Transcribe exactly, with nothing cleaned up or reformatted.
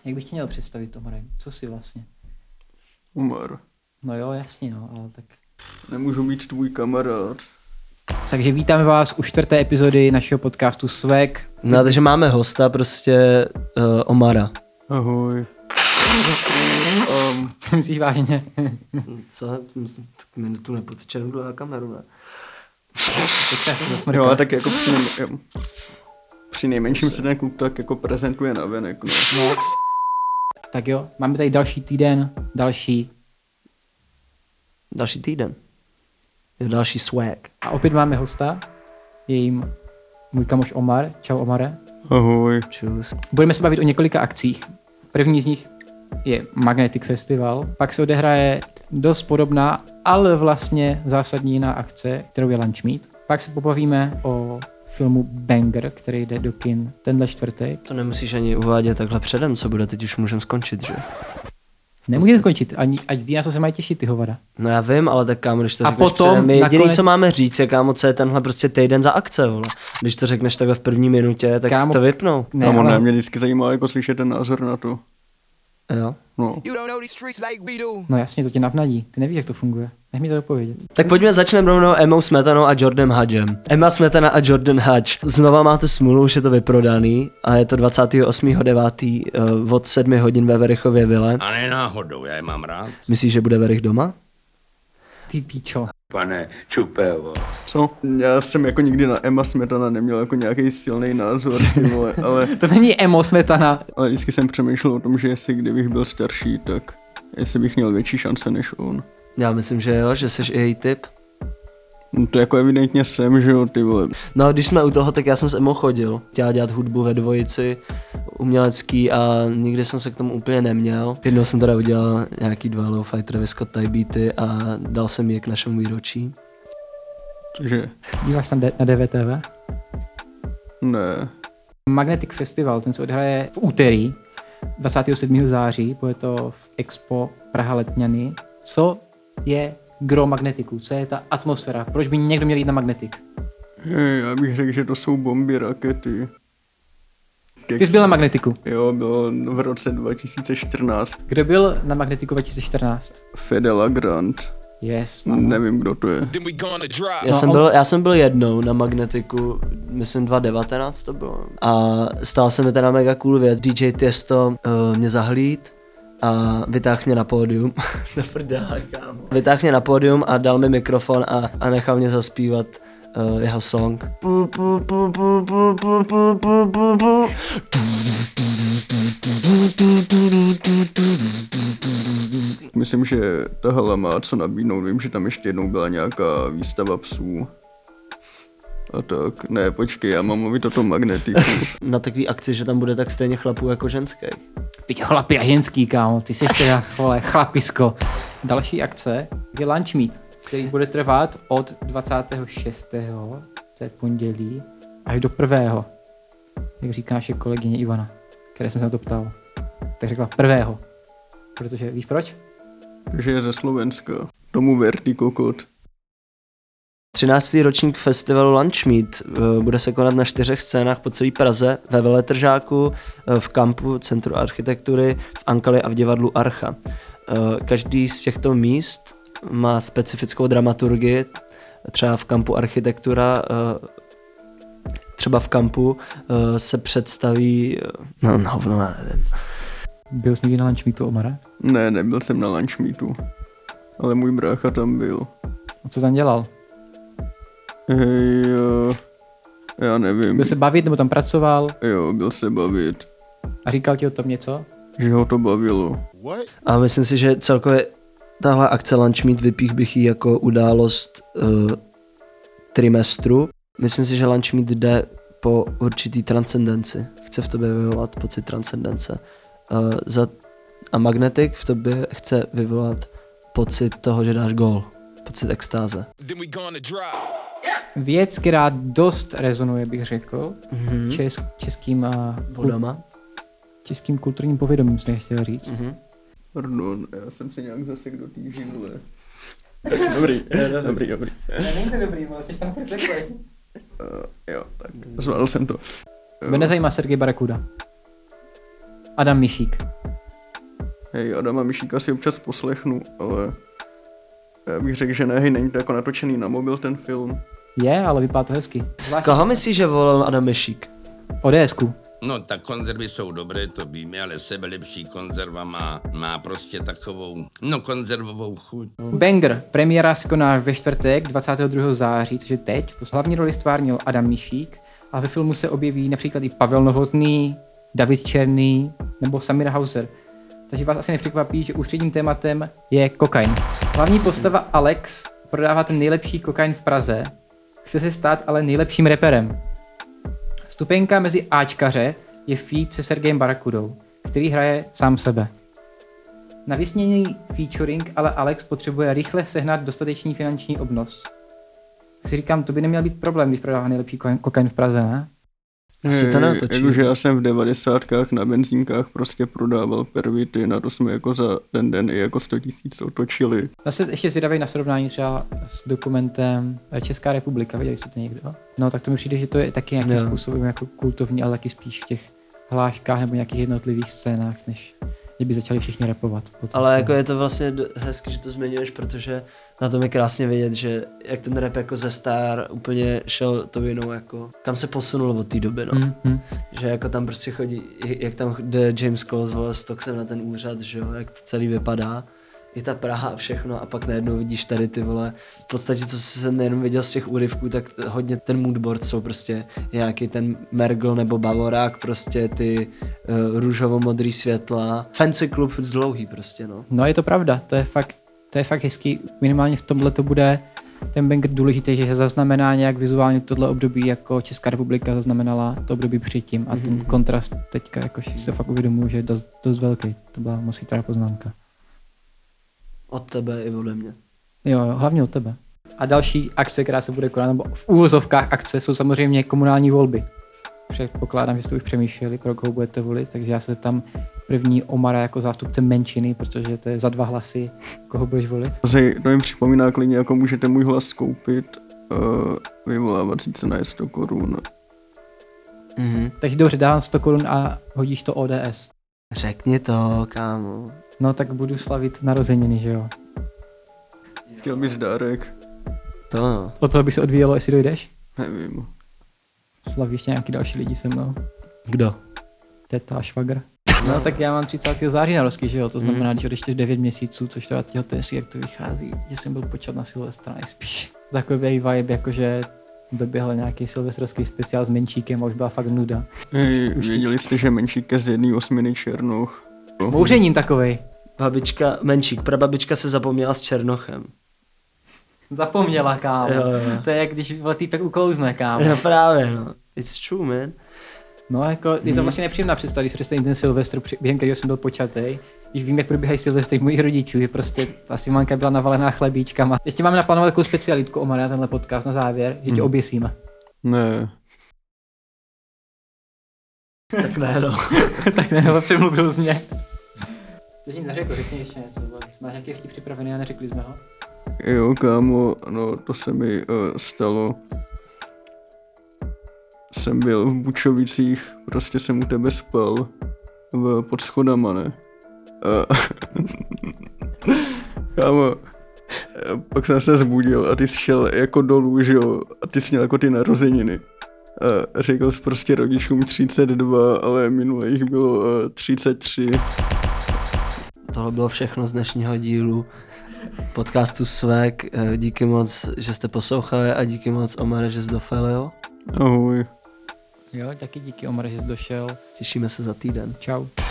Jak bych tě měl představit, Tomare? Co jsi vlastně? Umar. No jo, jasně, no, ale tak... Nemůžu být tvůj kamarád. Takže vítáme vás u čtvrté epizody našeho podcastu Swag. No, takže máme hosta, prostě uh, Omara. Ahoj. um, Myslíš vážně? Co? Tak minutu nepoteče do na kameru, ne? jo, tak jako při, nej, při nejmenším se ten klub tak jako prezentuje na venek, no. no. Tak jo, máme tady další týden, další... Další týden. Je další swag. A opět máme hosta, je jim můj kamoš Omar. Čau Omare. Ahoj. Čus. Budeme se bavit o několika akcích. První z nich je Magnetic Festival, pak se odehraje dost podobná, ale vlastně zásadní jiná akce, kterou je Lunch Meet. Pak se pobavíme o filmu Banger, který jde do kin tenhle čtvrtek. To nemusíš ani uvádět takhle předem, co bude, teď už můžeme skončit, že? Nemůžeme skončit, ani, ať ví, na co se mají těšit ty hovada. No já vím, ale tak kámo, když to A řekneš potom předem, my jediný, nakonec... co máme říct, je kámo, co je tenhle prostě týden za akce, vole. Když to řekneš takhle v první minutě, tak kámo, to vypnou. Ne, Kámo, ale... ne, mě vždycky zajímá jako slyšet ten názor na to. Jo. No. No jasně, to tě navnadí. Ty nevíš, jak to funguje. Nech mi to dopovědět. Tak pojďme začneme rovnou Emmou Smetanou a Jordanem Hudgem. Emma Smetana a Jordan Hudge. Znova máte smůlu, už je to vyprodaný a je to dvacátého osmého devátého Uh, od sedmi hodin ve Verichově vile. A ne náhodou, já je mám rád. Myslíš, že bude Verich doma? Ty píčo. Pane Čupevo. Co? Já jsem jako nikdy na Emma Smetana neměl jako nějaký silný názor, ty vole, ale, To není emo Smetana. ale vždycky jsem přemýšlel o tom, že jestli kdybych byl starší, tak jestli bych měl větší šance než on. Já myslím, že jo, že jsi i její typ. No to jako evidentně jsem, že jo, ty vole. No, když jsme u toho, tak já jsem s Emmou chodil. Chtěla dělat hudbu ve dvojici, umělecký a nikdy jsem se k tomu úplně neměl. Jednou jsem teda udělal nějaký dva lo-fi Travis Scott type beaty a dal jsem je k našemu výročí. Takže Díváš tam na D V T V? ne. Magnetic Festival, ten se odhraje v úterý dvacátého sedmého září, bude to v Expo Praha Letňany. Co je gro Magnetiku? Co je ta atmosféra? Proč by někdo měl jít na Magnetic? Hej, já bych řekl, že to jsou bomby, rakety. Ty jsi byl na Magnetiku. Jo, bylo v roce dva tisíce čtrnáct. Kdo byl na Magnetiku dva tisíce čtrnáct? Fedela Grant. Yes. No. Nevím, kdo to je. Já, No, jsem on- byl, já jsem byl jednou na Magnetiku, myslím dva tisíce devatenáct to bylo. A stál se mi teda mega cool věc. D J Tiesto uh, mě zahlíd a vytáhl mě na pódium. Na prdele, kámo. Vytáhl mě na pódium a dal mi mikrofon a, a nechal mě zaspívat uh, jeho song. Myslím, že ta hala má co nabídnout. Vím, že tam ještě jednou byla nějaká výstava psů. A tak, ne, počkej, já mám mluvit o tom Magnetiku. Na takový akci, že tam bude tak stejně chlapů jako ženských. Teď chlapi a ženský, kámo. Ty jsi teda, vole, chlapisko. Další akce je Lunch Meet, který bude trvat od dvacátého šestého to je pondělí, až do prvého jak říká naše kolegyně Ivana, které jsem se na to ptal. Tak řekla prvého Protože víš proč? Že je ze Slovenska. Tomu vertý kokot. třináctý ročník festivalu Lunch Meet bude se konat na čtyřech scénách po celé Praze, ve Veletržáku, v kampu Centru architektury, v Ankali a v divadlu Archa. Každý z těchto míst má specifickou dramaturgii, třeba v kampu architektura, třeba v kampu se představí, no, no, no nevím. Byl jsi někdy na Lunch Meetu, Omare? Ne, nebyl jsem na Lunch Meetu, ale můj brácha tam byl. A co tam dělal? Hej, uh, já nevím. Byl se bavit nebo tam pracoval Jo, byl se bavit. a říkal ti o tom něco? Že ho to bavilo. A myslím si, že celkově tahle akce Lunch Meet vypích bych ji jako událost uh, trimestru. Myslím si, že Lunch Meet jde po určitý transcendenci. Chce v tobě vyvolat pocit transcendence. Uh, za, a Magnetic v tobě chce vyvolat pocit toho, že dáš gól. Pocit extáze. Věc, která dost rezonuje, bych řekl, Mm-hmm. čes, českým, uh, Vodama. českým kulturním povědomím, jsem chtěl říct. Mm-hmm. Pardon, já jsem se nějak zasek do té židle. Dobrý, dobrý, dobrý. Není to dobrý, ale jsi tam překlej. Uh, jo, tak zvládl jsem to. Mě nezajímá Sergej Barakuda. Adam Mišík. Hej, Adama Mišíka si občas poslechnu, ale já bych řekl, že ne, hej, není to jako natočený na mobil ten film. Je, ale vypadá to hezky. Zvlášť Koho myslíš, že volal Adam Mišík? ODSku. No, tak konzervy jsou dobré, to víme, ale sebelepší konzerva má, má prostě takovou, no, konzervovou chuť. Banger. Premiéra se koná ve čtvrtek dvacátého druhého září, což je teď. Hlavní roli stvárnil Adam Mišík a ve filmu se objeví například i Pavel Novotný, David Černý nebo Samira Hauser. Takže vás asi nepřekvapí, že ústředním tématem je kokain. Hlavní postava Alex prodává ten nejlepší kokain v Praze, chce se stát ale nejlepším reperem. Stupenka mezi Ačkaře je feat se Sergejem Barakudou, který hraje sám sebe. Na vysněný featuring ale Alex potřebuje rychle sehnat dostatečný finanční obnos. Tak si říkám, to by neměl být problém, když prodává nejlepší kokain v Praze, ne? Asi to natočí. Jakože já jsem v devadesátkách na benzínkách prostě prodával pervity, na to jsme jako za ten den i jako sto tisíc otočili. Zase ještě zvědavej na srovnání třeba s dokumentem Česká republika, viděli jste to někdo? No tak to mi přijde, že to je taky nějakým Jo. způsobem jako kultovní, ale taky spíš v těch hláškách nebo nějakých jednotlivých scénách, než by začali všichni rapovat. Potom. Ale jako je to vlastně d- hezky, že to zmiňuješ, protože na tom je krásně vidět, že jak ten rap jako ze star úplně šel to jinou jako, kam se posunul od té doby, no. Mm, mm. Že jako tam prostě chodí, jak tam jde James Cole s Stocksem na ten úřad, že jo, jak to celý vypadá. I ta Praha a všechno a pak najednou vidíš tady ty vole. V podstatě, co jsem nejenom viděl z těch úryvků, tak hodně ten moodboard jsou prostě nějaký ten Mergl nebo Bavorák, prostě ty uh, růžovo-modrý světla. Fancy klub z dlouhý prostě, no. No je to pravda, to je fakt, to je fakt hezký. Minimálně v tomhle to bude ten banger důležitý, že zaznamená nějak vizuálně tohle období, jako Česká republika zaznamenala to období předtím a ten kontrast teďka, jako si se fakt uvědomuji, že je dost, dost velký. To byla moc chytrá poznámka. Od tebe i ode mě. Jo, jo, hlavně od tebe. A další akce, která se bude konat, nebo v úvozovkách akce, jsou samozřejmě komunální volby. Předpokládám, že jste už přemýšleli, pro koho budete volit, takže já se tam první Omara jako zástupce menšiny, protože to je za dva hlasy, koho budeš volit. Zej, to mi připomíná klidně, jako můžete můj hlas koupit, uh, vyvolávací cena je sto korun. Mhm. Takže dobře, dám sto korun a hodíš to O D S. Řekni to, kámo. No tak budu slavit narozeniny, že jo. Chtěl bys dárek? To no. Od toho by se odvíjelo, jestli dojdeš. Nevím. Slaví ještě nějaký další lidi se mnou. Kdo? Teta a švagr. No tak já mám třicátého září narozky, že jo, to znamená, když odečteš devět měsíců, což teda těhotenství, jak to vychází, že jsem byl počat na Silvestra nejspíš. Takový vibe, jakože doběhl nějaký silvestrovský speciál s Menšíkem a už byla fakt nuda. Hej, věděli jste, že Menšík je z jedný osminy Černoch? Mouřenín takovej. Babička, Menšík, prababička se zapomněla s Černochem. Zapomněla, kámo. Jo, jo. To je jak když týpek uklouzne, kámo. Jo, právě, no. It's true, man. No jako je to vlastně nepříjemná představa, když představím ten Silvestr, během kterého jsem byl počatý. Když vím, jak probíhají Silvestry mojich rodičů, je prostě ta Simonka byla navalená chlebíčkama. Ještě máme naplánovat takovou specialitku, Omar, na tenhle podcast na závěr, že tě Hmm. oběsíme. Ne. Tak ne, no. Tak ne, přemluvil z mě. Ty jsi jim neřekl, řekni ještě něco, bo máš nějaký vtip připravený a neřekli jsme ho? Jo, kámo, no to se mi uh, stalo. Jsem byl v Bučovicích, prostě jsem u tebe spal. V, pod schodama, ne? A, kámo, pak jsem se zbudil a ty jsi šel jako dolů, že jo? A ty jsi měl jako ty narozeniny. A řekl jsi prostě rodičům třicet dva, ale minule jich bylo uh, třicet tři. Tohle bylo všechno z dnešního dílu podcastu Svek. Díky moc, že jste poslouchali a díky moc, Omare, že jsi dofalil. Ahoj. Jo, taky díky, Omar, že jsi došel. Těšíme se za týden. Čau.